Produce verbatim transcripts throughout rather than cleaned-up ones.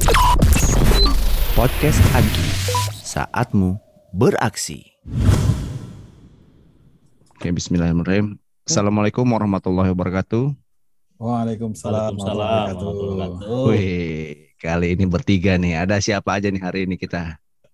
Podcast Agi, saatmu beraksi. Oke, bismillahirrahmanirrahim. Assalamualaikum warahmatullahi wabarakatuh. Waalaikumsalam warahmatullahi Waalaikumsalam warahmatullahi wabarakatuh. wabarakatuh. Wih, kali ini bertiga nih. Ada siapa aja nih hari ini kita?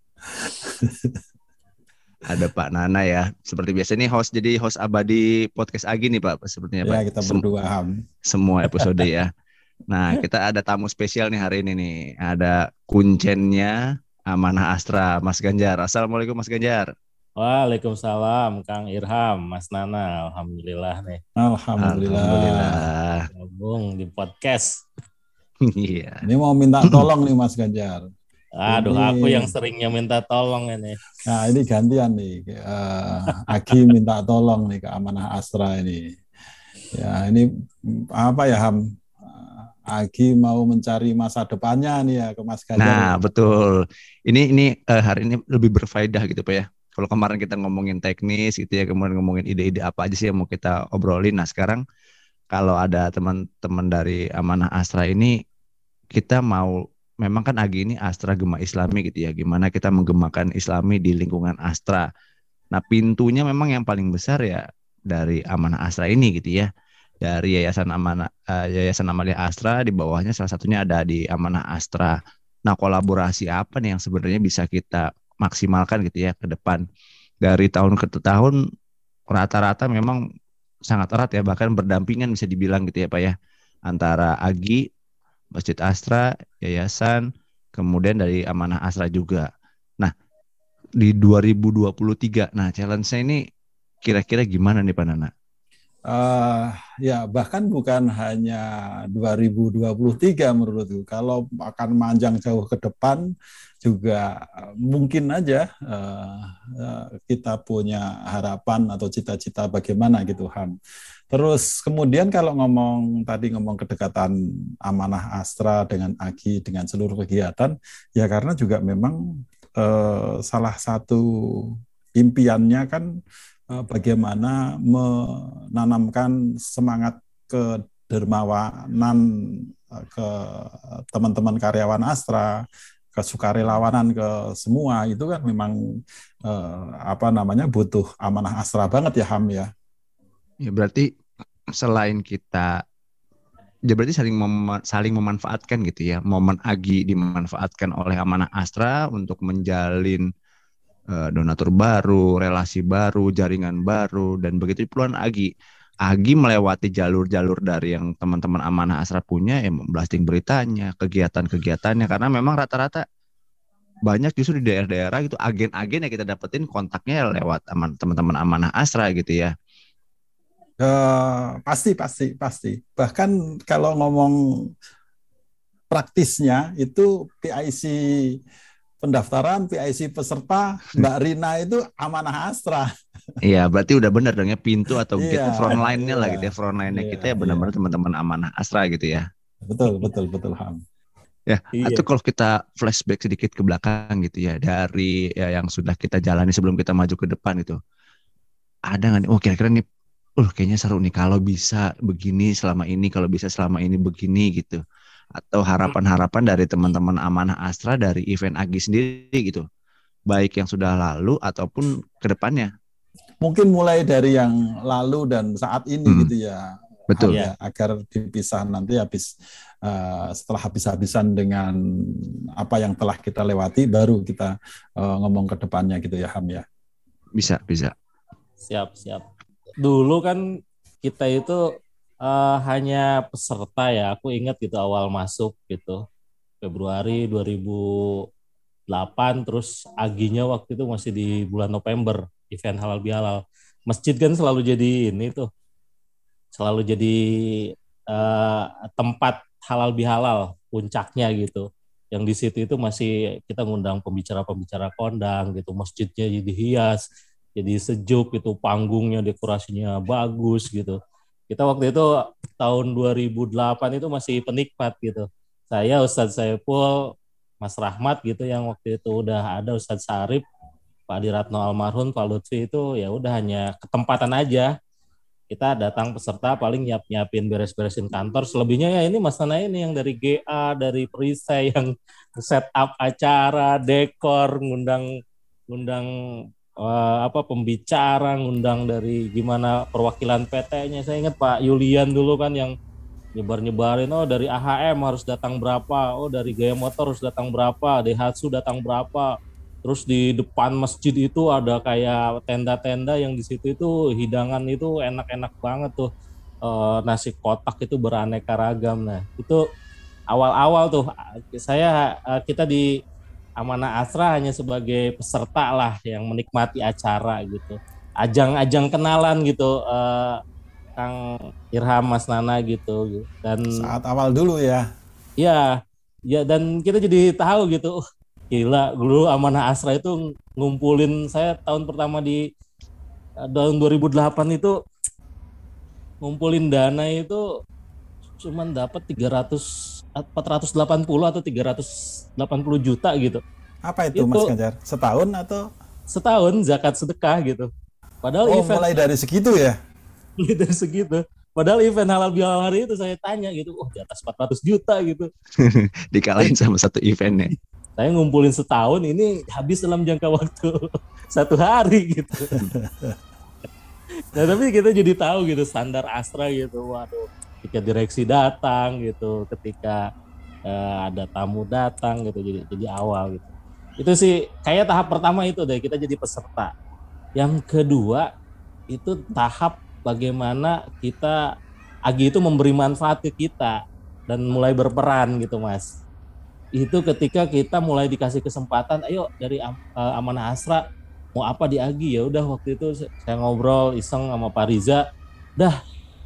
Ada Pak Nana ya. Seperti biasa nih host, jadi host abadi Podcast Agi nih Pak. Sepertinya Ya, Pak. kita Sem- berdua Ham. semua episode ya. Nah, kita ada tamu spesial nih hari ini nih. Ada kuncennya Amanah Astra, Mas Ganjar. Assalamualaikum Mas Ganjar. Waalaikumsalam Kang Irham, Mas Nana. Alhamdulillah nih Alhamdulillah. Alhamdulillah. gabung di podcast. Iya. Ini mau minta tolong nih Mas Ganjar. Aduh, Ini- aku yang seringnya minta tolong ini. Nah, ini gantian nih. Eh, Agi minta tolong nih ke Amanah Astra ini. Ya, ini apa ya Ham? Agi mau mencari masa depannya nih ya ke Mas Ganjar. Nah, betul. Ini ini eh, hari ini lebih berfaedah gitu Pak ya. Kalau kemarin kita ngomongin teknis gitu ya, kemudian ngomongin ide-ide apa aja sih yang mau kita obrolin. Nah, sekarang kalau ada teman-teman dari Amanah Astra ini, kita mau, memang kan Agi ini Astra Gema Islami gitu ya, gimana kita menggemakan Islami di lingkungan Astra. Nah, pintunya memang yang paling besar ya dari Amanah Astra ini gitu ya. Dari Yayasan Amanah eh, Yayasan Amalia Astra, di bawahnya salah satunya ada di Amanah Astra. Nah, kolaborasi apa nih yang sebenarnya bisa kita maksimalkan gitu ya ke depan. Dari tahun ke tahun rata-rata memang sangat erat ya, bahkan berdampingan bisa dibilang gitu ya Pak ya, antara Agi, Masjid Astra, Yayasan, kemudian dari Amanah Astra juga. Nah, di dua ribu dua puluh tiga, nah challenge-nya ini kira-kira gimana nih Pak Nana? Eh, ya bahkan bukan hanya dua ribu dua puluh tiga menurutku. Kalau akan manjang jauh ke depan juga eh, mungkin aja eh, eh, kita punya harapan atau cita-cita bagaimana gitu Ham. Terus kemudian kalau ngomong tadi ngomong kedekatan Amanah Astra dengan Agi dengan seluruh kegiatan, ya karena juga memang eh, salah satu impiannya kan eh, bagaimana menanamkan semangat kedermawanan eh, ke teman-teman karyawan Astra, kesukarelawanan ke semua itu kan memang eh, apa namanya butuh Amanah Astra banget ya Ham ya. Ya berarti selain kita, ya berarti saling mem- saling memanfaatkan gitu ya. Momen Agi dimanfaatkan oleh Amanah Astra untuk menjalin eh, donatur baru, relasi baru, jaringan baru, dan begitu pula Agi. Agi melewati jalur-jalur dari yang teman-teman Amanah Astra punya, ya blasting beritanya, kegiatan-kegiatannya, karena memang rata-rata banyak justru di daerah-daerah itu agen-agen yang kita dapetin kontaknya lewat aman, teman-teman Amanah Astra gitu ya. Eh, pasti pasti pasti. Bahkan kalau ngomong praktisnya itu P I C pendaftaran, P I C peserta Mbak Rina itu Amanah Astra. Iya, berarti udah benar dong ya, pintu atau gate Iya, front line-nya lah iya, gitu ya. Front line-nya iya, kita ya iya. benar-benar teman-teman Amanah Astra gitu ya. Betul, betul, betul Ham. Ya, Iya. atau kalau kita flashback sedikit ke belakang gitu ya, dari ya, yang sudah kita jalani sebelum kita maju ke depan itu, ada nggak nih, oh kira-kira nih, uh kayaknya seru nih kalau bisa begini selama ini, kalau bisa selama ini begini gitu. Atau harapan-harapan dari teman-teman Amanah Astra dari event Agi sendiri gitu, baik yang sudah lalu ataupun ke depannya. Mungkin mulai dari yang lalu dan saat ini Hmm, gitu ya. betul. Ham, ya, agar dipisah nanti habis uh, setelah habis-habisan dengan apa yang telah kita lewati baru kita uh, ngomong ke depannya gitu ya Ham ya. Bisa, bisa. Siap, siap. Dulu kan kita itu eh, hanya peserta ya. Aku ingat gitu awal masuk gitu. Februari dua ribu delapan, terus aginya waktu itu masih di bulan November, event halal bihalal. Masjid kan selalu jadi ini tuh. Selalu jadi eh, tempat halal bihalal puncaknya gitu. Yang di situ itu masih kita ngundang pembicara-pembicara kondang gitu. Masjidnya jadi hias, jadi sejuk gitu, panggungnya dekorasinya bagus gitu. Kita waktu itu tahun dua ribu delapan itu masih penikmat gitu. Saya, Ustadz Saiful, Mas Rahmat gitu yang waktu itu udah ada, Ustadz Sarip, Pak Adiratno almarhum, Pak Lutfi itu ya udah hanya ketempatan aja. kita datang peserta paling nyiap-nyiapin beres-beresin kantor. Selebihnya ya ini Mas Nana ini yang dari G A, dari perisai yang set up acara, dekor, ngundang ngundang uh, apa pembicara, ngundang dari gimana perwakilan P T-nya. Saya ingat Pak Yulian dulu kan yang nyebar-nyebarin, oh dari A H M harus datang berapa, oh dari Gaya Motor harus datang berapa, Daihatsu datang berapa. Terus di depan masjid itu ada kayak tenda-tenda yang di situ itu hidangan itu enak-enak banget tuh. E, nasi kotak itu beraneka ragam. Nah, itu awal-awal tuh saya kita di Amanah Asra hanya sebagai peserta lah yang menikmati acara gitu. Ajang-ajang kenalan gitu e, Kang Irham, Mas Nana gitu. Dan saat awal dulu ya. Iya. Ya dan kita jadi tahu gitu. Gila, dulu Amanah Asra itu ngumpulin, saya tahun pertama di tahun dua ribu delapan itu ngumpulin dana itu cuman dapat tiga ratus, empat ratus delapan puluh atau tiga ratus delapan puluh juta gitu. Apa itu, itu Mas Ganjar? Setahun atau? Setahun zakat sedekah gitu. Padahal oh, event, mulai dari segitu ya? Mulai dari segitu. Padahal event halal bihalal hari itu saya tanya gitu, oh di atas empat ratus juta gitu. Dikalahin sama satu eventnya. Saya ngumpulin setahun ini habis dalam jangka waktu satu hari gitu. Nah tapi kita jadi tahu gitu standar Astra gitu. Waduh, ketika direksi datang gitu, ketika uh, ada tamu datang gitu, jadi jadi awal gitu. Itu sih kayak tahap pertama itu deh, kita jadi peserta. Yang kedua itu tahap bagaimana kita Agi itu memberi manfaat ke kita dan mulai berperan gitu Mas. Itu ketika kita mulai dikasih kesempatan, ayo dari uh, Amanah Asra mau apa di Agi, ya udah waktu itu saya ngobrol iseng sama Pak Riza, dah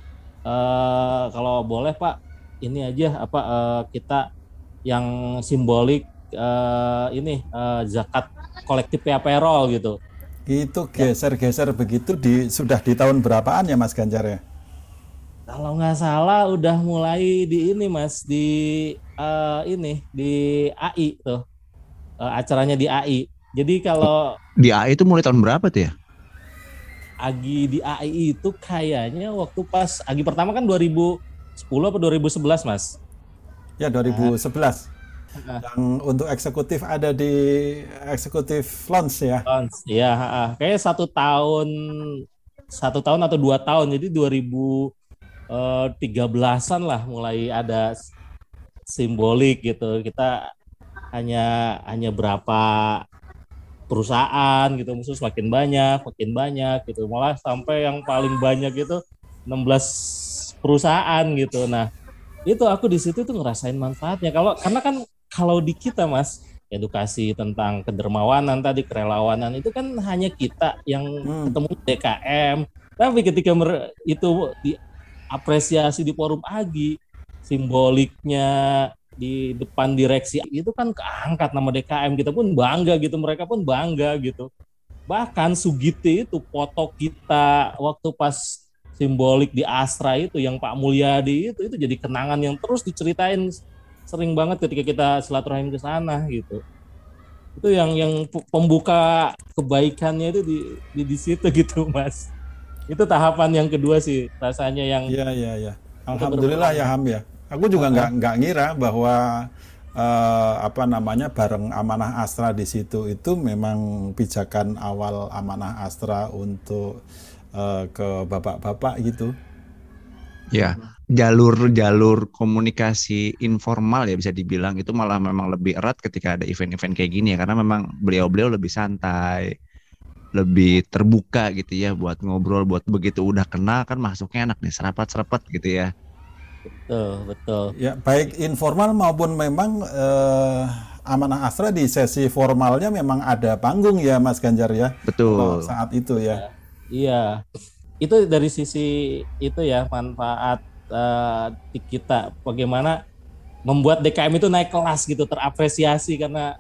uh, kalau boleh Pak ini aja apa uh, kita yang simbolik uh, ini uh, zakat kolektif payroll gitu. Itu geser-geser begitu di sudah di tahun berapaan ya Mas Ganjar ya? Kalau nggak salah udah mulai di ini Mas, di uh, ini di A I tuh uh, acaranya di A I. Jadi kalau di A I itu mulai tahun berapa tuh ya? Agi di A I itu kayaknya waktu pas Agi pertama kan dua ribu sepuluh atau dua ribu sebelas Mas? Ya dua ribu sebelas. Uh, Yang untuk eksekutif ada di eksekutif launch ya? Launch, ya. Uh, kayaknya satu tahun satu tahun atau dua tahun. Jadi dua ribu tiga belasan lah mulai ada simbolik gitu. Kita hanya hanya berapa perusahaan gitu, musuh semakin banyak, makin banyak gitu. Malah sampai yang paling banyak itu enam belas perusahaan gitu. Nah, itu aku di situ tuh ngerasain manfaatnya. Kalau karena kan kalau di kita Mas, edukasi tentang kedermawanan tadi, kerelawanan itu kan hanya kita yang hmm. ketemu D K M. Tapi ketika mer- itu di apresiasi di forum Agi, simboliknya di depan direksi itu kan keangkat nama D K M, kita pun bangga gitu, mereka pun bangga gitu. Bahkan Sugiti itu foto kita waktu pas simbolik di Astra itu yang Pak Mulyadi itu itu jadi kenangan yang terus diceritain sering banget ketika kita silaturahim ke sana gitu. Itu yang yang pembuka kebaikannya itu di di, di situ gitu Mas. Itu tahapan yang kedua sih rasanya yang Iya iya iya. Alhamdulillah ya Ham ya. Aku juga nggak nggak ngira bahwa uh, apa namanya bareng Amanah Astra di situ itu memang pijakan awal Amanah Astra untuk uh, ke bapak-bapak gitu. Ya, jalur-jalur komunikasi informal ya bisa dibilang itu malah memang lebih erat ketika ada event-event kayak gini ya, karena memang beliau-beliau lebih santai, lebih terbuka gitu ya buat ngobrol, buat begitu udah kenal kan masuknya enak nih, serapat-serapat gitu ya. Betul, betul. Ya, baik informal maupun memang eh, Amanah Astra di sesi formalnya memang ada panggung ya Mas Ganjar ya. Betul. Saat itu ya. Iya. Itu dari sisi itu ya manfaat uh, kita bagaimana membuat D K M itu naik kelas gitu, terapresiasi karena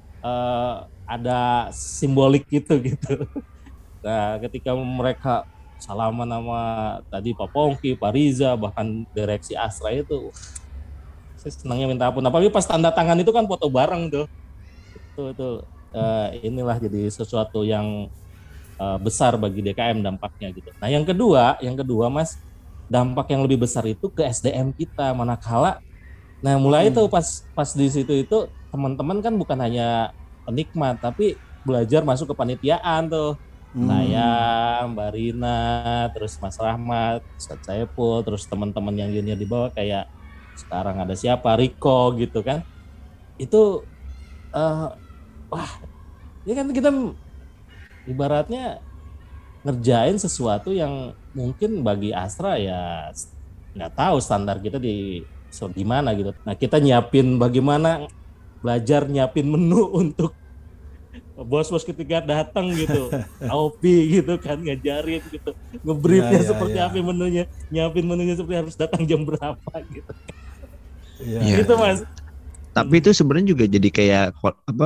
uh, ada simbolik gitu gitu. Nah, ketika mereka salaman sama tadi Pak Pongki, Pak Riza, bahkan direksi Astra itu, saya senangnya minta ampun. Apalagi pas tanda tangan itu kan foto bareng tuh. Itu itu uh, inilah jadi sesuatu yang uh, besar bagi D K M dampaknya gitu. Nah yang kedua, yang kedua Mas, dampak yang lebih besar itu ke S D M kita manakala. Nah mulai itu hmm. pas pas di situ itu teman-teman kan bukan hanya penikmat tapi belajar masuk ke panitiaan tuh. Hmm. Saya, Mbak Rina, terus Mas Rahmat, Ustadz Saiful, terus teman-teman yang junior di bawah kayak sekarang ada siapa, Riko gitu kan. Itu uh, wah, ini kan kita ibaratnya ngerjain sesuatu yang mungkin bagi Astra ya nggak tahu standar kita di so, gimana gitu. Nah kita nyiapin bagaimana belajar nyiapin menu untuk bos-bos ketika datang gitu, A O P gitu kan, ngajarin gitu, ngebriefnya ya, ya, seperti ya. Apa menunya, nyiapin menunya seperti harus datang jam berapa gitu. Ya, gitu Mas. Tapi itu sebenarnya juga jadi kayak apa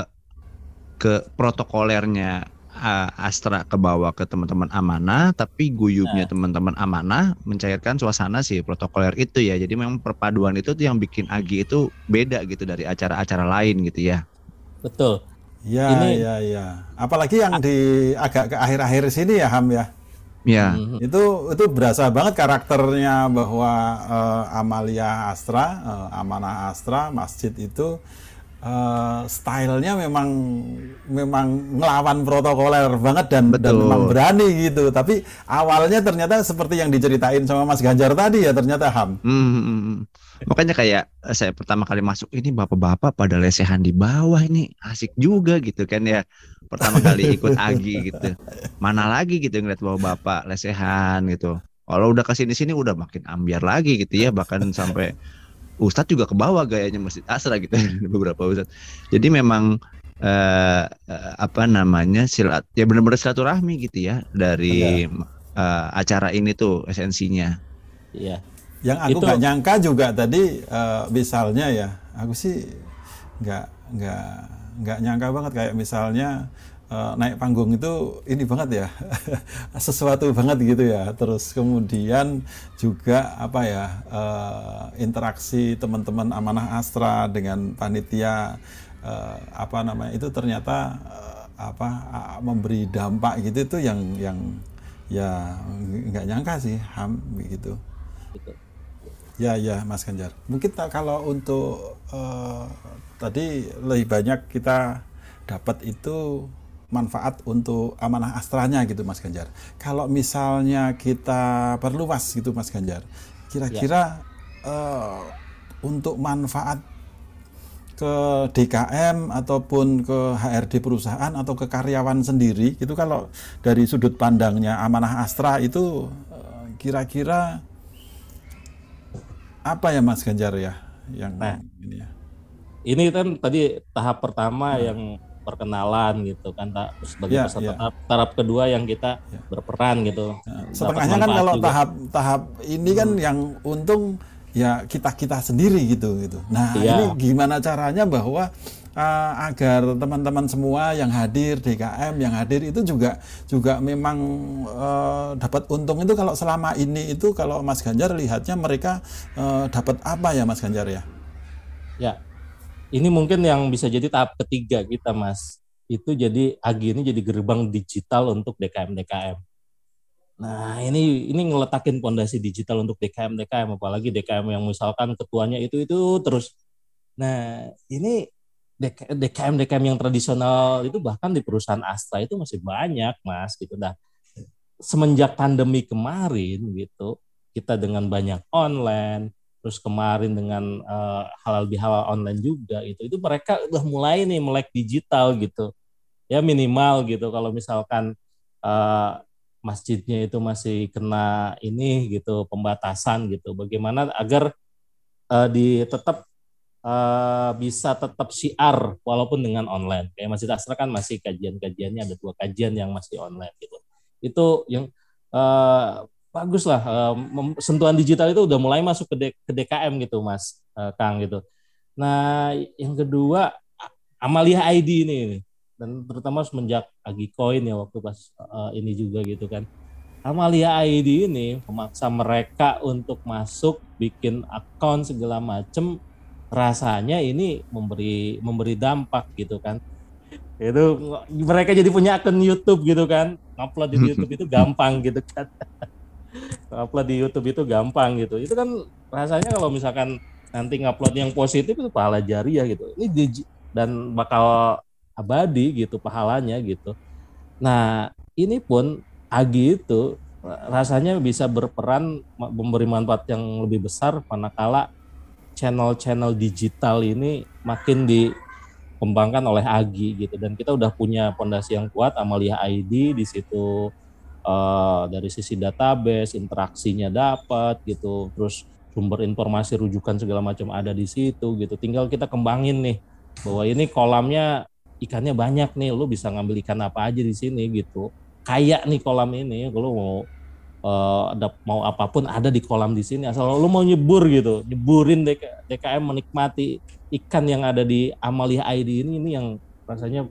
ke protokolernya Astra ke bawah ke teman-teman amanah, tapi guyubnya nah. teman-teman amanah mencairkan suasana si protokoler itu ya. Jadi memang perpaduan itu tuh yang bikin A G I itu beda gitu dari acara-acara lain gitu ya. Betul. Ya, ini, ya, ya. Apalagi yang di agak ke akhir-akhir sini ya Ham ya. Ya. Itu itu berasa banget karakternya bahwa uh, Amalia Astra, uh, Amanah Astra, masjid itu uh, stylenya memang memang ngelawan protokoler banget dan, dan memang berani gitu. Tapi awalnya ternyata seperti yang diceritain sama Mas Ganjar tadi ya ternyata Ham. Hmm. Makanya kayak saya pertama kali masuk ini bapak-bapak pada lesehan di bawah, ini asik juga gitu kan ya. Pertama kali ikut A G I gitu. Mana lagi gitu ngeliat bapak-bapak lesehan gitu. Kalau udah kesini-sini udah makin ambiar lagi gitu ya. Bahkan sampai Ustadz juga ke bawah gayanya Masjid Asra gitu. Beberapa Ustadz. Jadi memang eh, apa namanya silat ya benar-benar silaturahmi gitu ya. Dari eh, acara ini tuh esensinya. Iya. Yang aku nggak nyangka juga tadi uh, misalnya ya, aku sih nggak nggak nggak nyangka banget kayak misalnya uh, naik panggung itu ini banget ya, sesuatu banget gitu ya. Terus kemudian juga apa ya uh, interaksi teman-teman Amanah Astra dengan panitia uh, apa namanya itu ternyata uh, apa uh, memberi dampak gitu itu yang yang ya nggak nyangka sih Ham begitu. Ya, ya, Mas Ganjar. Mungkin tak, kalau untuk uh, tadi lebih banyak kita dapat itu manfaat untuk Amanah Astranya gitu, Mas Ganjar. Kalau misalnya kita perluas gitu, Mas Ganjar, kira-kira ya. uh, untuk manfaat ke D K M ataupun ke H R D perusahaan atau ke karyawan sendiri, itu kalau dari sudut pandangnya Amanah Astra itu uh, kira-kira apa ya Mas Ganjar ya yang nah, ini ya. Ini kan tadi tahap pertama nah. yang perkenalan gitu kan sebagai ya, peserta. Ya. Tahap kedua yang kita ya. berperan gitu. Ya. Setengahnya kan kalau juga. tahap tahap ini kan hmm. yang untung ya kita-kita sendiri gitu gitu. Nah, ya. ini gimana caranya bahwa uh, agar teman-teman semua yang hadir D K M yang hadir itu juga juga memang uh, dapat untung itu kalau selama ini itu kalau Mas Ganjar lihatnya mereka uh, dapat apa ya Mas Ganjar ya? Ya, ini mungkin yang bisa jadi tahap ketiga kita Mas. Itu jadi A G I ini jadi gerbang digital untuk D K M D K M. Nah ini ini ngeletakin pondasi digital untuk D K M D K M apalagi D K M yang misalkan ketuanya itu itu terus. Nah ini D K M D K M yang tradisional itu bahkan di perusahaan Astra itu masih banyak Mas gitu. Nah semenjak pandemi kemarin gitu kita dengan banyak online terus kemarin dengan uh, halal bihalal online juga itu itu mereka udah mulai nih melek digital gitu ya minimal gitu kalau misalkan uh, masjidnya itu masih kena ini gitu pembatasan gitu bagaimana agar uh, di tetap uh, bisa tetap syiar walaupun dengan online kayak Masjid Astra kan masih kajian-kajiannya ada dua kajian yang masih online gitu itu yang uh, bagus lah uh, sentuhan digital itu udah mulai masuk ke, D, ke D K M gitu Mas uh, Kang gitu nah yang kedua Amalia I D ini dan terutama semenjak Agicoin ya waktu pas uh, ini juga gitu kan. Amalia I D ini memaksa mereka untuk masuk, bikin akun segala macem. Rasanya ini memberi memberi dampak gitu kan. Itu mereka jadi punya akun YouTube gitu kan, upload di YouTube itu gampang gitu kan. Upload di YouTube itu gampang gitu. Itu kan rasanya kalau misalkan nanti ngupload yang positif itu pahala jariah gitu. Ini di, dan bakal abadi gitu pahalanya gitu. Nah, ini pun Agi itu rasanya bisa berperan memberi manfaat yang lebih besar manakala channel-channel digital ini makin dikembangkan oleh Agi gitu. Dan kita udah punya fondasi yang kuat, Amalia I D di situ. Uh, dari sisi database, interaksinya dapat gitu, terus sumber informasi rujukan segala macam ada di situ gitu. Tinggal kita kembangin nih bahwa ini kolamnya ikannya banyak nih, lu bisa ngambil ikan apa aja di sini gitu. Kayak nih kolam ini, kalau mau uh, ada mau apapun ada di kolam di sini. Asal lu mau nyebur gitu, nyeburin D K M menikmati ikan yang ada di Amalia I D ini, ini yang rasanya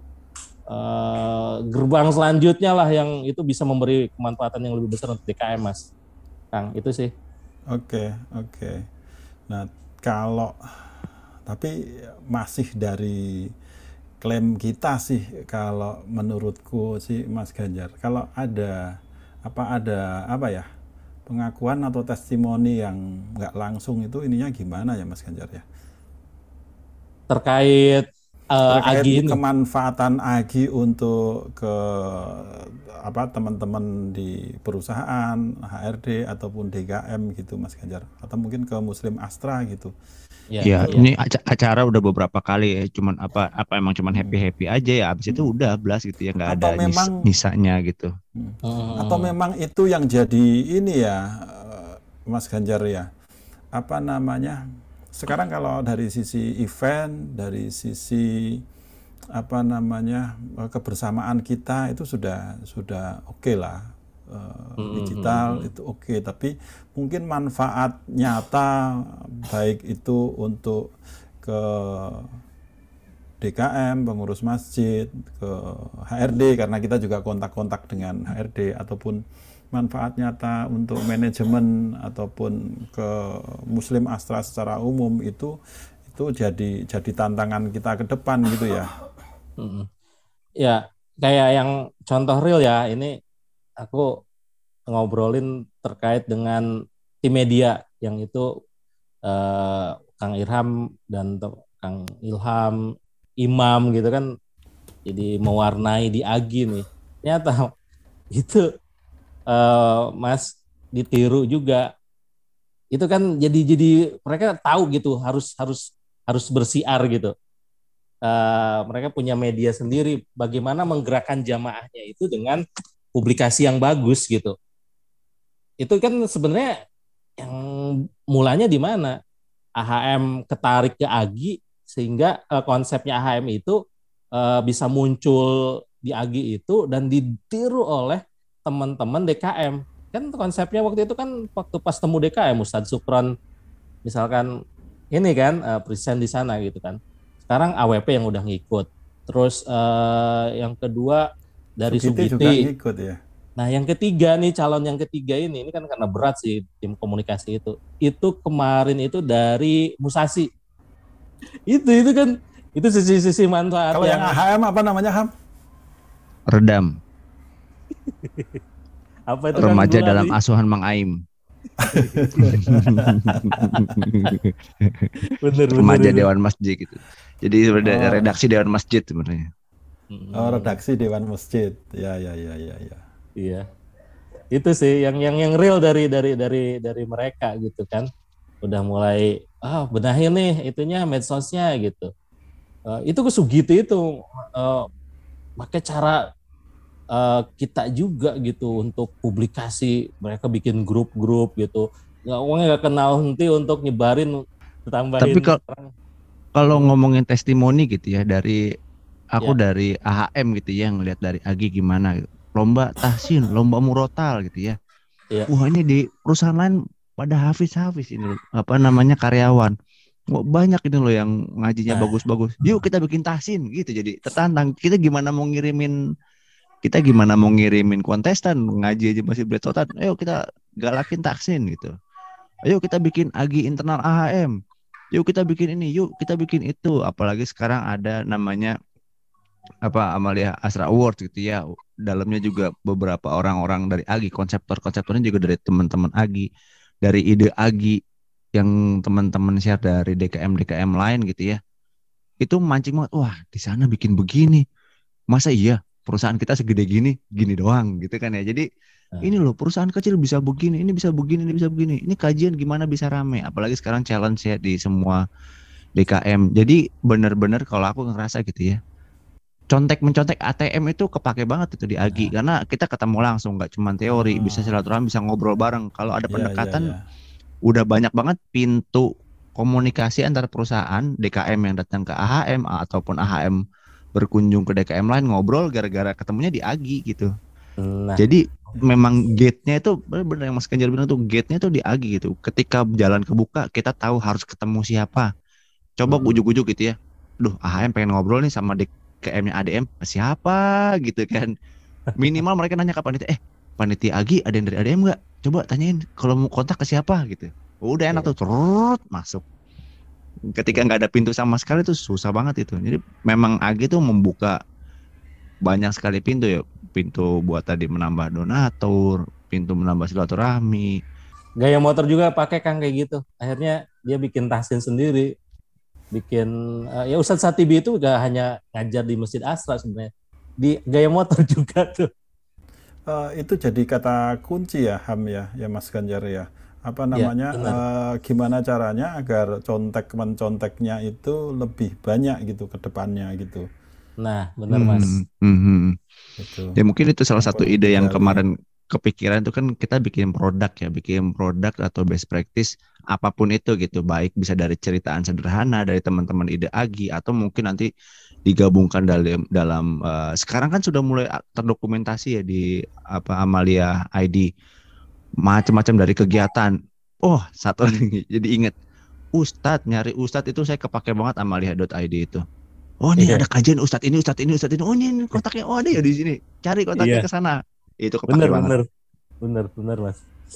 Uh, gerbang selanjutnya lah yang itu bisa memberi kemanfaatan yang lebih besar untuk D K M, Mas Kang. Itu sih. Oke, oke. Nah, kalau tapi masih dari klaim kita sih, kalau menurutku sih Mas Ganjar, kalau ada apa ada apa ya pengakuan atau testimoni yang nggak langsung itu ininya gimana ya Mas Ganjar ya? Terkait Uh, terkait Agi ini. Kemanfaatan Agi untuk ke apa teman-teman di perusahaan H R D ataupun D K M gitu Mas Ganjar, atau mungkin ke Muslim Astra gitu. Ya, ya, ya. Ini acara udah beberapa kali ya, cuman apa apa emang cuman happy happy aja ya, abis itu udah belas gitu ya, nggak ada memang, nyisanya gitu. Hmm. Atau memang itu yang jadi ini ya Mas Ganjar ya, apa namanya? Sekarang kalau dari sisi event, dari sisi apa namanya kebersamaan kita itu sudah sudah oke okay lah, uh, digital mm-hmm. itu oke, okay. Tapi mungkin manfaat nyata baik itu untuk ke D K M, pengurus masjid, ke H R D karena kita juga kontak-kontak dengan H R D, ataupun manfaat nyata untuk manajemen ataupun ke Muslim Astra secara umum itu itu jadi jadi tantangan kita ke depan gitu ya. Hmm. Ya, kayak yang contoh real ya, ini aku ngobrolin terkait dengan tim media yang itu eh, Kang Irham dan Kang Ilham, Imam gitu kan, jadi mewarnai di Agi nih. Ternyata itu Uh, Mas ditiru juga. Itu kan jadi jadi mereka tahu gitu harus harus harus bersiar gitu. Uh, mereka punya media sendiri, bagaimana menggerakkan jamaahnya itu dengan publikasi yang bagus gitu. Itu kan sebenarnya yang mulanya di mana? A H M ketarik ke Agi sehingga uh, konsepnya A H M itu uh, bisa muncul di Agi itu dan ditiru oleh teman-teman D K M. Kan konsepnya waktu itu kan waktu pas temu D K M Ustadz Supron misalkan ini kan uh, present di sana gitu kan. Sekarang A W P yang udah ngikut. Terus uh, yang kedua dari Sugiti, Sugiti juga ngikut ya. Nah, yang ketiga nih, calon yang ketiga ini ini kan karena berat sih tim komunikasi itu. Itu kemarin itu dari Musasi. Itu itu kan itu sisi-sisi manfaat. Kalau yang, yang A H M apa namanya, Ham? Redam. Apa itu remaja kan dalam asuhan Mang Aim. bener, remaja bener, Dewan Masjid gitu. Jadi oh. redaksi Dewan Masjid sebenarnya. Oh, redaksi Dewan Masjid. Ya ya ya ya ya. Iya. Itu sih yang yang yang real dari dari dari dari mereka gitu kan. Udah mulai ah oh, benahin nih itunya medsosnya gitu. Uh, itu ke Sugiti itu uh, pakai cara Uh, kita juga gitu untuk publikasi, mereka bikin grup-grup gitu, nggak uangnya nggak kenal henti untuk nyebarin, tambahin. Tapi kalau kalau ngomongin testimoni gitu ya dari aku ya. Dari A H M gitu ya, ngelihat dari Agi gimana gitu. Lomba tahsin, lomba murotal gitu ya. ya. Wah ini di perusahaan lain pada hafiz-hafiz ini apa namanya karyawan. Wah, banyak ini loh yang ngajinya nah. bagus-bagus. Yuk kita bikin tahsin gitu, jadi tertantang. Kita gimana mau ngirimin Kita gimana mau ngirimin kontestan ngaji aja masih beletotan. Ayo kita galakin tahsin gitu. Ayo kita bikin Agi internal A H M. Yuk kita bikin ini, yuk kita bikin itu. Apalagi sekarang ada namanya apa Amalia Astra Award gitu ya. Dalamnya juga beberapa orang-orang dari Agi, konseptor-konseptornya juga dari teman-teman Agi, dari ide Agi yang teman-teman share dari D K M D K M lain gitu ya. Itu mancing banget, wah di sana bikin begini. Masa iya perusahaan kita segede gini, gini doang gitu kan ya. Jadi ini loh perusahaan kecil bisa begini, ini bisa begini, ini bisa begini. Ini kajian gimana bisa rame. Apalagi sekarang challenge ya di semua D K M. Jadi benar-benar kalau aku ngerasa gitu ya, contek mencontek A T M itu kepake banget itu di Agi karena kita ketemu langsung, nggak cuma teori, bisa Ah, silaturahmi, bisa ngobrol bareng. Kalau ada ya, ya, pendekatan ya. udah banyak banget pintu komunikasi antar perusahaan D K M yang datang ke A H M ataupun A H M berkunjung ke D K M lain ngobrol gara-gara ketemunya di Agi gitu. Nah, Jadi memang gate-nya itu benar-benar yang Mas Ganjar bilang tuh gate-nya tuh di Agi gitu. Ketika jalan kebuka kita tahu harus ketemu siapa. Coba hmm. ujuk-ujuk gitu ya. Duh, A H M pengen ngobrol nih sama D K M-nya A D M. Siapa gitu kan. Minimal mereka nanya ke panitia, eh panitia Agi ada yang dari A D M nggak? Coba tanyain kalau mau kontak ke siapa gitu. Udah enak tuh, terus masuk. Ketika nggak ada pintu sama sekali tuh susah banget itu. Jadi memang Agi tuh membuka banyak sekali pintu ya. Pintu buat tadi menambah donatur, pintu menambah silaturahmi. Gaya motor juga pakai Kang kayak gitu. Akhirnya dia bikin tahsin sendiri. Bikin uh, ya Ustadz Satibi itu gak hanya ngajar di Masjid Asra sebenarnya. Di gaya motor juga tuh. Uh, itu jadi kata kunci ya Ham ya, ya Mas Ganjar ya. Apa namanya? Ya, benar. Uh, gimana caranya agar contek menconteknya itu lebih banyak gitu ke depannya gitu. Nah, benar Mas. Hmm, hmm, hmm. Gitu. Ya mungkin itu salah Yang satu perlu ide yang digali. kemarin kepikiran itu kan kita bikin produk ya, bikin produk atau best practice apapun itu gitu, baik bisa dari ceritaan sederhana dari teman-teman ide Agi atau mungkin nanti digabungkan dalam dalam uh, sekarang kan sudah mulai terdokumentasi ya di apa Amalia I D macam-macam dari kegiatan. Oh, satu lagi jadi inget Ustadz, nyari Ustadz itu saya kepake banget amalia dot I D itu. Oh nih Iya. ada kajian Ustadz ini, Ustadz ini, Ustadz ini. Oh ini kontaknya, oh ada ya di sini. Cari kontaknya Iya. ke sana. Itu kepake Benar, banget. benar. Benar, benar Mas.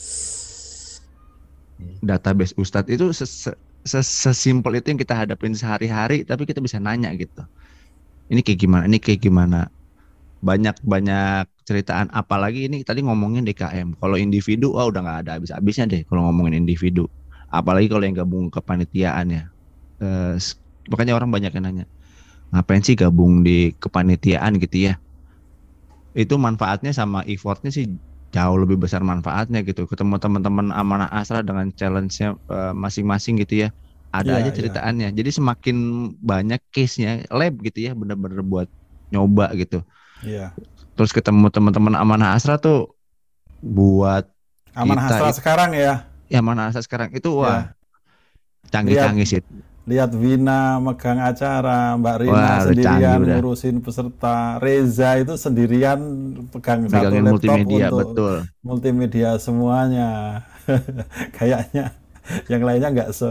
Database Ustadz itu sesimpel itu yang kita hadapin sehari-hari, tapi kita bisa nanya gitu. Ini kayak gimana? Ini kayak gimana? Banyak-banyak ceritaan. Apalagi ini tadi ngomongin D K M. Kalau individu, wah udah nggak ada habis-habisnya deh kalau ngomongin individu. Apalagi kalau yang gabung kepanitiaan ya. Eh, makanya orang banyak yang nanya, ngapain sih gabung di kepanitiaan gitu ya? Itu manfaatnya sama effortnya sih jauh lebih besar manfaatnya gitu. Ketemu teman-teman amanah asra dengan challenge-nya uh, masing-masing gitu ya. Ada Iya, aja iya. ceritaannya. Jadi semakin banyak case-nya, lab gitu ya, bener-bener buat nyoba gitu. Iya. Terus ketemu teman-teman amanah asra tuh buat Amanah kita Astra itu, sekarang ya. ya amanah asra sekarang itu wah Ya. canggih-canggih Lihat sih. lihat Wina megang acara, Mbak Rina Wah, udah canggih sendirian udah. ngurusin peserta, Reza itu sendirian pegang satu Megangin laptop multimedia, untuk betul. multimedia semuanya. Kayaknya yang lainnya nggak se.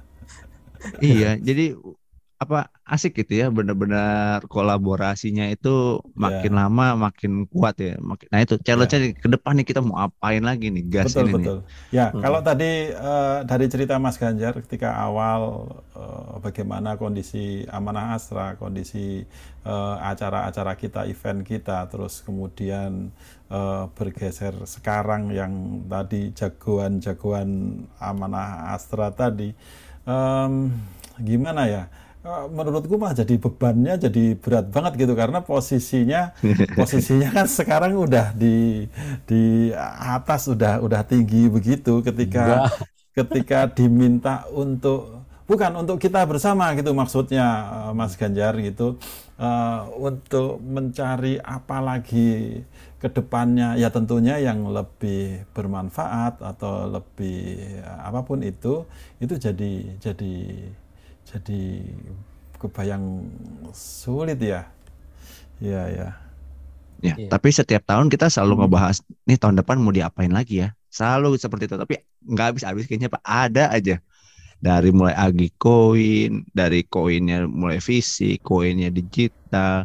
Iya, jadi apa asik gitu ya, benar-benar kolaborasinya itu makin Ya, lama makin kuat ya. Makin, nah itu ya. challenge-nya ke depan nih kita mau apain lagi nih gas Betul, ini nih. betul. Ya, kalau Hmm. tadi eh, dari cerita Mas Ganjar ketika awal eh, bagaimana kondisi Amanah Asra, kondisi eh, acara-acara kita, event kita, terus kemudian eh, bergeser sekarang yang tadi jagoan-jagoan Amanah Asra tadi, em, gimana ya? Eh, Menurutku mah jadi bebannya jadi berat banget gitu karena posisinya posisinya kan sekarang udah di di atas udah udah tinggi begitu ketika Enggak. ketika diminta untuk bukan untuk kita bersama gitu maksudnya eh, Mas Ganjar gitu eh, untuk mencari apa lagi ke depannya ya tentunya yang lebih bermanfaat atau lebih eh, apapun itu itu jadi jadi jadi kebayang sulit ya ya ya Ya, Iya. tapi setiap tahun kita selalu ngebahas nih tahun depan mau diapain lagi ya. Selalu seperti itu, tapi nggak habis-habis kayaknya Pak. Ada aja. Dari mulai agi koin, dari koinnya mulai fisik, koinnya digital,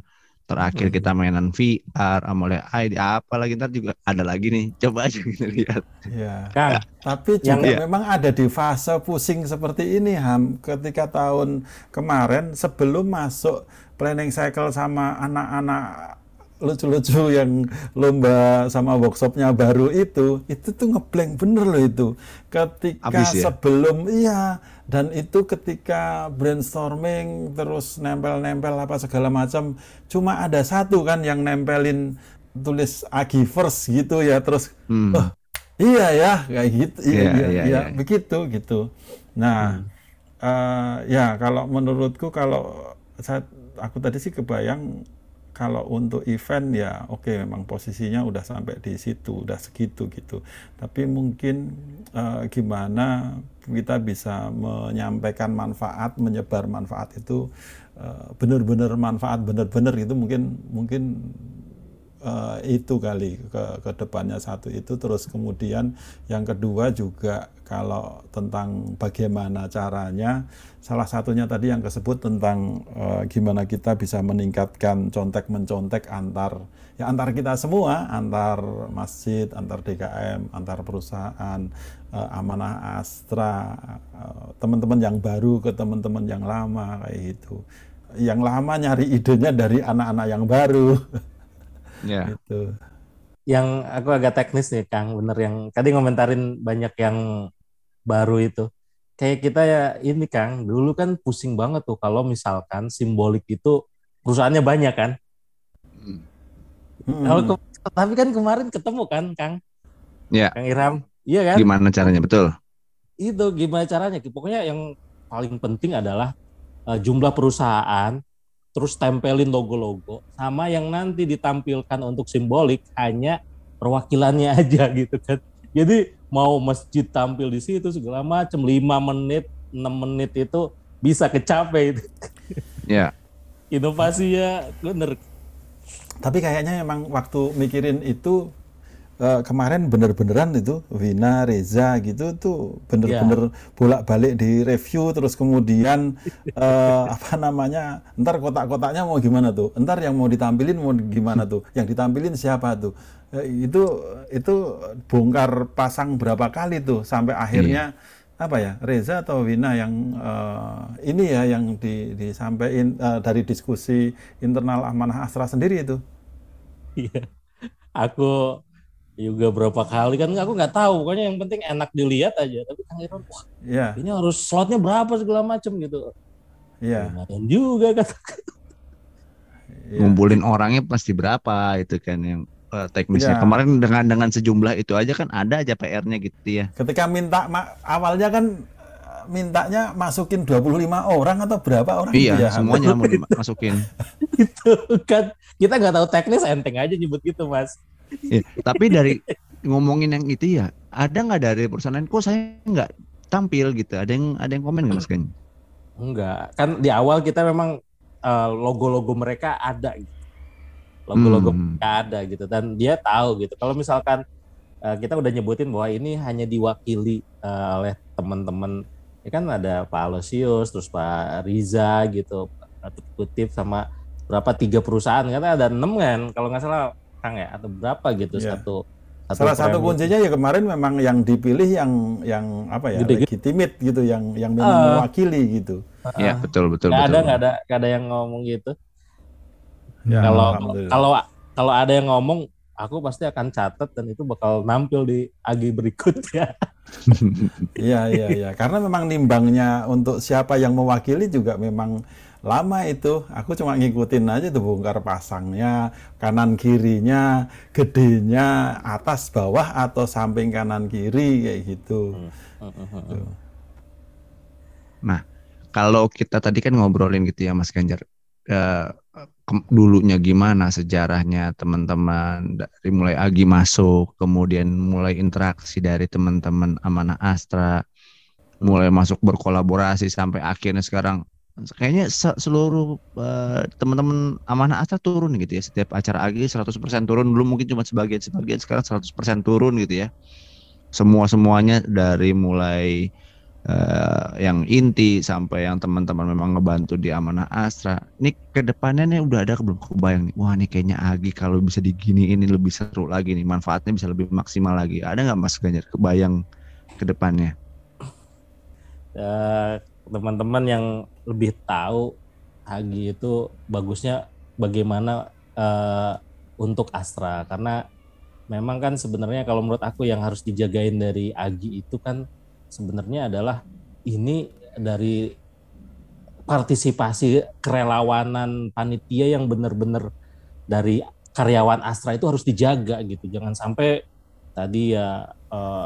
Terakhir Hmm. kita mainan V R, AMOLED I D, apa lagi ntar juga ada lagi nih. Coba aja kita lihat. Ya. Kang, Tapi yang juga Iya. memang ada di fase pusing seperti ini, Ham. Ketika tahun kemarin sebelum masuk planning cycle sama anak-anak lucu-lucu yang lomba sama workshopnya baru itu, itu tuh ngeblank bener loh itu. Ketika Habis ya? sebelum, iya, dan itu ketika brainstorming terus nempel-nempel apa segala macam, cuma ada satu kan yang nempelin tulis Agiverse gitu ya, terus Hmm. oh iya ya, kayak gitu, iya, Iya, iya, iya, iya, iya. begitu gitu. Nah, Hmm. eh, ya kalau menurutku kalau saya, aku tadi sih kebayang kalau untuk event ya oke memang posisinya udah sampai di situ, udah segitu gitu. Tapi mungkin eh, gimana kita bisa menyampaikan manfaat, menyebar manfaat itu eh, benar-benar manfaat benar-benar itu mungkin mungkin Uh, itu kali ke, ke depannya satu itu, terus kemudian yang kedua juga kalau tentang bagaimana caranya, salah satunya tadi yang disebut tentang uh, gimana kita bisa meningkatkan contek mencontek antar ya antar kita semua, antar masjid, antar D K M, antar perusahaan, uh, Amanah Astra, uh, teman-teman yang baru ke teman-teman yang lama kayak gitu. Yang lama nyari idenya dari anak-anak yang baru. Ya. Gitu. yang aku agak teknis nih, Kang. Bener yang tadi ngomentarin banyak yang baru itu. Kayak kita ya ini, Kang. Dulu kan pusing banget tuh kalau misalkan simbolik itu perusahaannya banyak kan. Kalau Hmm. ke- tapi kan kemarin ketemu kan, Kang. Ya. Kang Irham. Iya kan? Gimana caranya? Betul. Itu gimana caranya? Pokoknya yang paling penting adalah uh, jumlah perusahaan, terus tempelin logo-logo, sama yang nanti ditampilkan untuk simbolik hanya perwakilannya aja gitu kan. Jadi mau masjid tampil di situ segala macam, lima menit, enam menit itu bisa kecapai itu. Ya. Inovasinya bener. Tapi kayaknya emang waktu mikirin itu eh, kemarin bener-beneran itu Wina, Reza gitu tuh bener-bener bolak-balik di review, terus kemudian eh, apa namanya, ntar kotak-kotaknya mau gimana tuh, ntar yang mau ditampilin mau gimana tuh, yang ditampilin siapa tuh. Eh, itu itu bongkar pasang berapa kali tuh sampai akhirnya apa ya, Reza atau Wina yang eh, ini ya yang di, disampaikan eh, dari diskusi internal Amanah Astra sendiri itu. Iya. Aku juga berapa kali kan aku nggak tahu, pokoknya yang penting enak dilihat aja. Tapi Kang Irwan, wah Ya, ini harus slotnya berapa segala macam gitu. iya. Lumayan juga kan. Iya. Ngumpulin orangnya pasti berapa itu kan yang uh, teknisnya. Iya. Kemarin dengan dengan sejumlah itu aja kan ada aja P R-nya gitu ya. Ketika minta ma- awalnya kan eh, mintanya masukin dua puluh lima orang atau berapa orang Iya, gitu ya. semuanya mau dimasukin. Itu kan kita nggak tahu teknis, enteng aja nyebut gitu Mas. Ya, tapi dari ngomongin yang itu ya, ada nggak dari perusahaan lain kok saya nggak tampil gitu? Ada yang ada yang komen nggak Mas Gany? Enggak, kan di awal kita memang uh, logo-logo mereka ada gitu. Logo-logo Hmm. mereka ada gitu, dan dia tahu gitu. Kalau misalkan uh, kita udah nyebutin bahwa ini hanya diwakili uh, oleh teman-teman, ya kan ada Pak Alosius, terus Pak Riza gitu, kutip sama berapa tiga perusahaan, karena ada enam kan kalau nggak salah Kang ya, atau berapa gitu. Iya. satu, satu Salah satu frame kuncinya ya kemarin memang yang dipilih yang yang apa ya, Gede-gede. legitimate gitu, yang yang memang Ah. mewakili gitu. Ya, betul betul nggak betul. ada nggak ada nggak ada yang ngomong gitu. Ya, Kalau alhamdulillah. kalau kalau ada yang ngomong, aku pasti akan catat dan itu bakal nampil di A G berikutnya. Iya, iya, iya. Karena memang nimbangnya untuk siapa yang mewakili juga memang lama itu. Aku cuma ngikutin aja tuh bongkar pasangnya, kanan kirinya, gedenya, atas bawah atau samping kanan kiri kayak gitu. Tuh. Nah, kalau kita tadi kan ngobrolin gitu ya Mas Ganjar, eh, ke- dulunya gimana sejarahnya teman-teman dari mulai Agi masuk, kemudian mulai interaksi dari teman-teman Amanah Astra, mulai masuk berkolaborasi sampai akhirnya sekarang kayaknya se- seluruh eh, teman-teman Amanah Astra turun gitu ya. Setiap acara Agi seratus persen turun, dulu mungkin cuma sebagian-sebagian, sekarang seratus persen turun gitu ya. Semua-semuanya dari mulai uh, yang inti sampai yang teman-teman memang ngebantu di Amanah Astra. Ini kedepannya nih udah ada belum kebayang nih? Wah, nih kayaknya Agi kalau bisa diginiin ini lebih seru lagi nih, manfaatnya bisa lebih maksimal lagi. Ada nggak Mas Ganjar kebayang kedepannya? Uh, teman-teman yang lebih tahu Agi itu bagusnya bagaimana uh, untuk Astra, karena memang kan sebenarnya kalau menurut aku yang harus dijagain dari Agi itu kan sebenarnya adalah ini dari partisipasi kerelawanan panitia yang benar-benar dari karyawan Astra itu harus dijaga gitu. Jangan sampai tadi ya uh,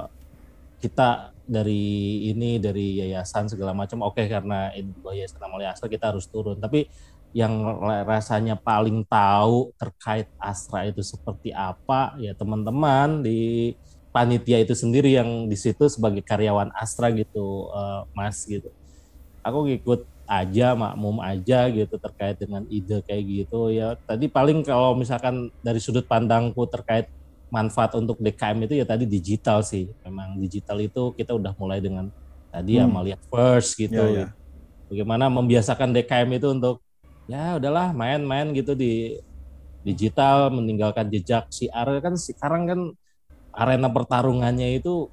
kita dari ini dari yayasan segala macam oke okay, karena ini yayasan namanya Astra kita harus turun, tapi yang rasanya paling tahu terkait Astra itu seperti apa ya teman-teman di panitia itu sendiri yang di situ sebagai karyawan Astra gitu, uh, Mas gitu. Aku ikut aja, makmum aja gitu terkait dengan ide kayak gitu ya. Tadi paling kalau misalkan dari sudut pandangku terkait manfaat untuk D K M itu ya tadi digital sih. Memang digital itu kita udah mulai dengan tadi hmm. Amalia First gitu. Ya, ya. Bagaimana membiasakan D K M itu untuk ya udahlah main-main gitu di digital, meninggalkan jejak siar. Kan sekarang kan arena pertarungannya itu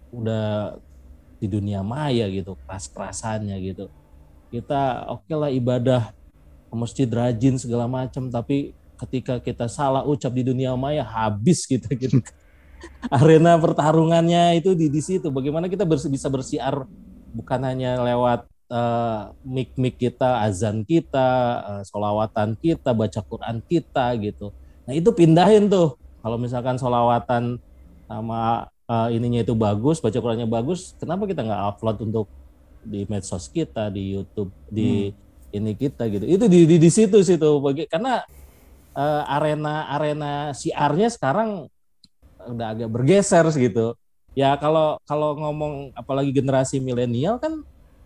udah di dunia maya gitu, keras-kerasannya gitu. Kita oke okay lah ibadah ke masjid rajin segala macam, tapi ketika kita salah ucap di dunia maya habis kita gitu. Arena pertarungannya itu di di situ. Bagaimana kita bersi, bisa bersiar bukan hanya lewat uh, mik-mik kita, azan kita, uh, sholawatan kita, baca Quran kita gitu. Nah itu pindahin tuh. Kalau misalkan sholawatan sama uh, ininya itu bagus, baca Qurannya bagus, kenapa kita nggak upload untuk di medsos kita, di YouTube, di hmm. ini kita gitu. Itu di di, di situ situ bagi karena uh, arena arena siarnya sekarang udah agak bergeser gitu. Ya kalau kalau ngomong apalagi generasi milenial kan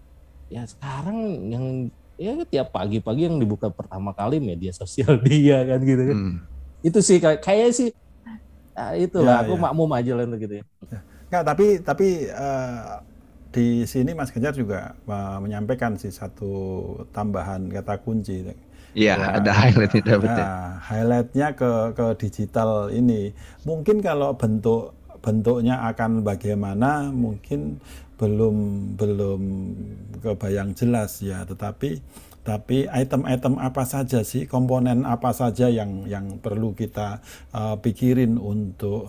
ya sekarang yang ya tiap pagi-pagi yang dibuka pertama kali media sosial dia kan gitu kan. Hmm. Itu sih kayak kayak sih nah, itulah ya, aku ya. makmum aja lah gitu ya. Enggak, tapi tapi uh, di sini Mas Ganjar juga uh, menyampaikan sih satu tambahan kata kunci. Iya, ya, ada highlightnya dapat ya. Highlightnya ke ke digital ini. Mungkin kalau bentuk bentuknya akan bagaimana mungkin belum belum kebayang jelas ya, tetapi tapi item-item apa saja sih, komponen apa saja yang yang perlu kita uh, pikirin untuk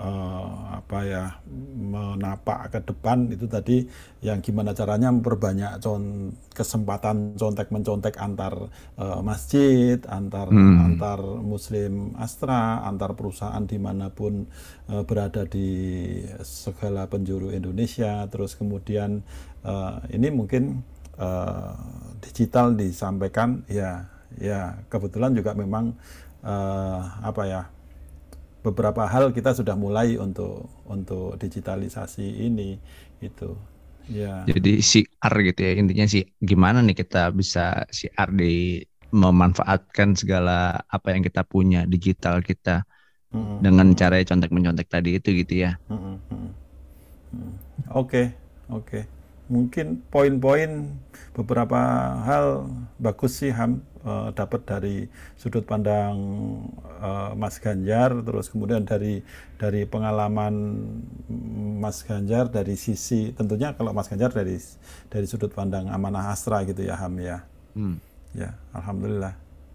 uh, apa ya menapak ke depan itu tadi yang gimana caranya memperbanyak con kesempatan contek mencontek antar uh, masjid, antar hmm. antar Muslim Astra, antar perusahaan dimanapun uh, berada di segala penjuru Indonesia. Terus kemudian uh, ini mungkin Uh, digital disampaikan ya ya kebetulan juga memang uh, apa ya beberapa hal kita sudah mulai untuk untuk digitalisasi ini itu ya. Jadi siar gitu ya intinya sih gimana nih kita bisa siar di memanfaatkan segala apa yang kita punya digital kita mm-hmm. dengan cara contek mencontek tadi itu gitu ya. Oke mm-hmm. mm-hmm. oke okay. okay. Mungkin poin-poin beberapa hal bagus sih Ham uh, dapat dari sudut pandang uh, Mas Ganjar, terus kemudian dari dari pengalaman Mas Ganjar dari sisi tentunya kalau Mas Ganjar dari dari sudut pandang Amanah Astra gitu ya Ham ya. Hmm. Ya, alhamdulillah.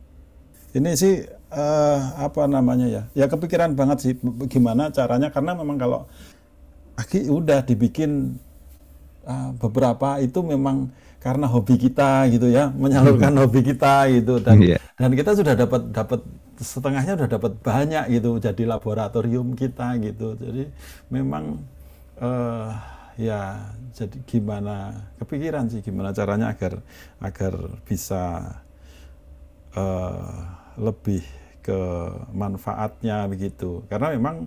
Ini sih uh, apa namanya ya? Ya kepikiran banget sih gimana caranya karena memang kalau Agi udah dibikin Uh, beberapa itu memang karena hobi kita gitu ya, menyalurkan hobi kita gitu dan yeah. dan kita sudah dapat dapat setengahnya sudah dapat banyak gitu jadi laboratorium kita gitu. Jadi memang uh, ya jadi gimana kepikiran sih gimana caranya agar agar bisa uh, lebih ke manfaatnya begitu. Karena memang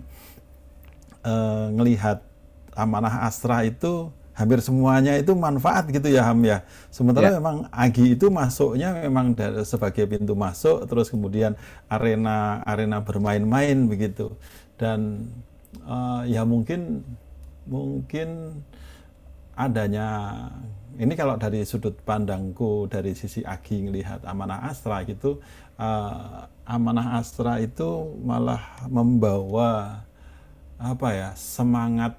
uh, ngelihat Amanah Astra itu hampir semuanya itu manfaat gitu ya Ham ya. Sementara yeah. memang Agi itu masuknya memang dari, sebagai pintu masuk, terus kemudian arena arena bermain-main begitu. Dan uh, ya mungkin mungkin adanya ini kalau dari sudut pandangku dari sisi Agi melihat Amanah Astra gitu, uh, Amanah Astra itu malah membawa apa ya semangat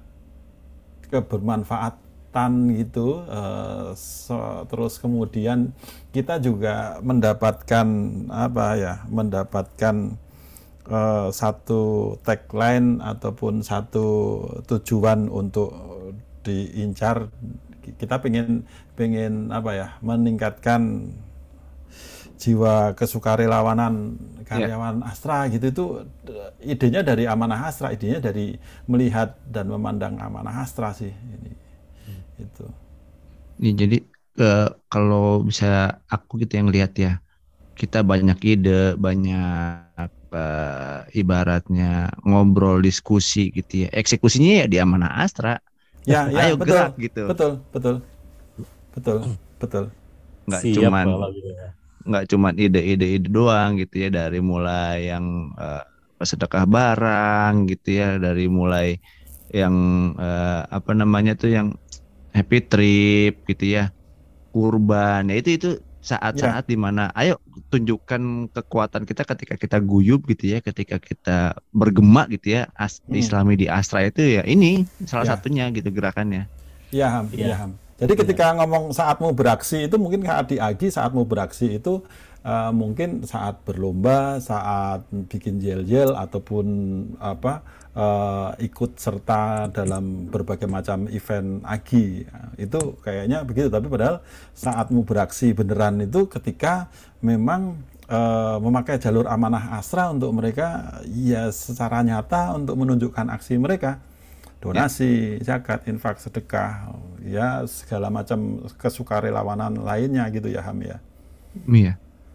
kebermanfaatan gitu, uh, so, terus kemudian kita juga mendapatkan apa ya mendapatkan uh, satu tagline ataupun satu tujuan untuk diincar. Kita pengen pengen apa ya meningkatkan jiwa kesukarelawanan karyawan yeah. Astra gitu. Itu idenya dari Amanah Astra, idenya dari melihat dan memandang Amanah Astra sih ini hmm. itu. Nih, jadi uh, kalau bisa aku gitu yang lihat ya, kita banyak ide, banyak uh, ibaratnya ngobrol, diskusi gitu ya. Eksekusinya ya di Amanah Astra. Ya, ya, ayo betul, gerak gitu. Betul, betul, betul, betul. Nggak cuman nggak cuman ide-ide ide doang gitu ya, dari mulai yang uh, sedekah barang gitu ya, dari mulai yang uh, apa namanya tuh yang happy trip gitu ya, kurban ya, itu itu saat-saat ya. Dimana ayo tunjukkan kekuatan kita ketika kita guyup gitu ya, ketika kita bergema gitu ya, as, hmm. Islami di Astra itu ya ini salah ya. Satunya gitu gerakannya. Ya Ham, ya, ya Ham. Jadi ketika ya. Ngomong saatmu beraksi itu mungkin saat di Agi saatmu beraksi itu uh, mungkin saat berlomba, saat bikin gel-gel ataupun apa uh, ikut serta dalam berbagai macam event Agi itu kayaknya begitu. Tapi padahal saatmu beraksi beneran itu ketika memang uh, memakai jalur Amanah Astra untuk mereka ya secara nyata untuk menunjukkan aksi mereka. Donasi, ya. Zakat, infak, sedekah, ya segala macam kesukarelawanan lainnya gitu ya Ham ya. Iya.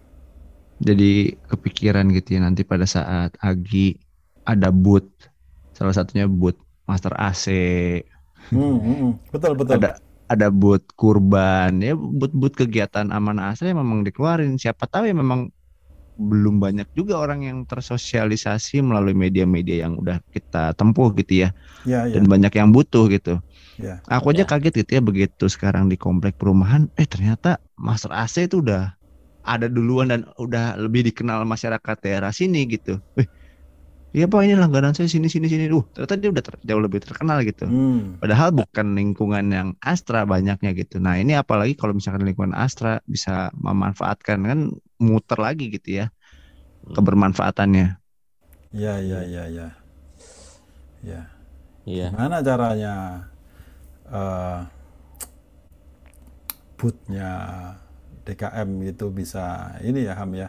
Jadi kepikiran gitu ya nanti pada saat Agi ada booth, salah satunya booth Master A C. Hmm, hmm, betul betul. Ada ada booth kurban ya, booth-booth kegiatan Amanah Astra yang memang dikeluarin. Siapa tahu ya memang belum banyak juga orang yang tersosialisasi melalui media-media yang udah kita tempuh gitu ya, ya, ya. Dan banyak yang butuh gitu. Ya. Aku aja ya. Kaget gitu ya begitu sekarang di komplek perumahan, eh ternyata Master A C itu udah ada duluan dan udah lebih dikenal masyarakat daerah sini gitu. Eh, iya Pak, ini langganan saya sini sini sini. Uh, ternyata dia udah ter, jauh lebih terkenal gitu. Hmm. Padahal bukan lingkungan yang Astra banyaknya gitu. Nah ini apalagi kalau misalkan lingkungan Astra bisa memanfaatkan kan muter lagi gitu ya kebermanfaatannya. Ya ya ya ya. Ya. Iya. Gimana caranya uh, bootnya D K M itu bisa ini ya Ham ya.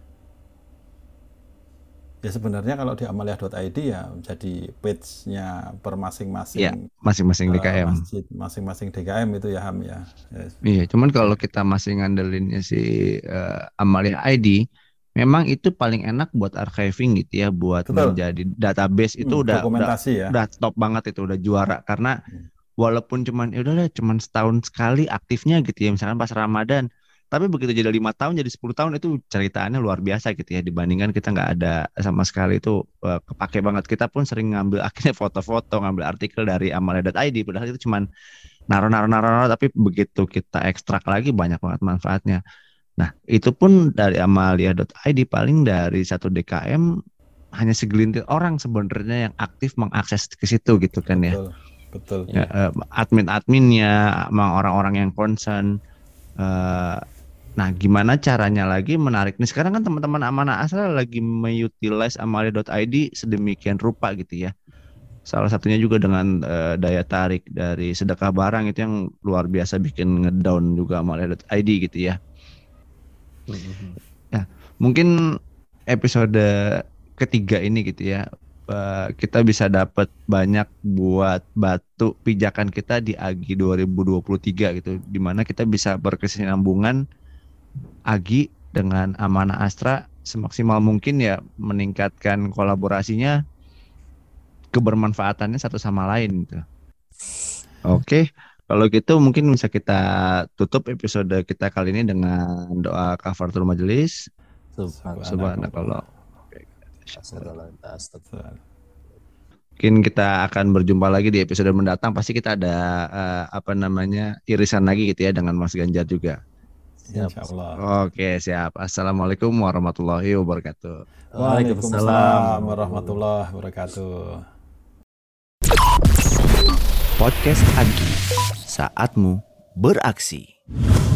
Ya sebenarnya kalau di amaliyah dot i d ya jadi page-nya per masing-masing ya, masing-masing D K M. Uh, masjid, masing-masing D K M itu ya Ham ya. Yes. Iya, cuman kalau kita masih ngandelinnya si uh, amaliyah I D, memang itu paling enak buat archiving gitu ya, buat Betul. Menjadi database itu hmm, udah udah, ya. udah top banget, itu udah juara karena hmm. walaupun cuman ya udahlah cuman setahun sekali aktifnya gitu ya, misalkan pas Ramadan. Tapi begitu jadi lima tahun, jadi sepuluh tahun itu ceritaannya luar biasa gitu ya, dibandingkan kita nggak ada sama sekali itu uh, kepake banget. Kita pun sering ngambil akhirnya foto-foto, ngambil artikel dari amaliyah dot i d, padahal itu cuman naruh-naruh-naruh, tapi begitu kita ekstrak lagi banyak banget manfaatnya. Nah itu pun dari amaliyah dot i d paling dari satu D K M hanya segelintir orang sebenarnya yang aktif mengakses ke situ gitu kan ya. Betul, betul. Ya, uh, admin-adminnya, orang-orang yang concern. Uh, Nah, gimana caranya lagi menarik? Nih sekarang kan teman-teman Amanah Astra lagi mengutilize amaliyah dot i d sedemikian rupa gitu ya. Salah satunya juga dengan uh, daya tarik dari sedekah barang itu yang luar biasa bikin ngedown juga amaliyah dot i d gitu ya. Mm-hmm. Nah, mungkin episode ketiga ini gitu ya, uh, kita bisa dapat banyak buat batu pijakan kita di Agi dua ribu dua puluh tiga gitu, dimana kita bisa berkesinambungan Agi dengan Amanah Astra semaksimal mungkin ya, meningkatkan kolaborasinya, kebermanfaatannya satu sama lain gitu. Oke, kalau gitu mungkin bisa kita tutup episode kita kali ini dengan doa kafaratul majelis. Subhanakallah. Mungkin kita akan berjumpa lagi di episode mendatang. Pasti kita ada uh, apa namanya irisan lagi gitu ya dengan Mas Ganjar juga. Siap. Insya Allah. Oke, siap. Assalamualaikum warahmatullahi wabarakatuh. Waalaikumsalam warahmatullahi wabarakatuh. Podcast Agi, saatmu beraksi.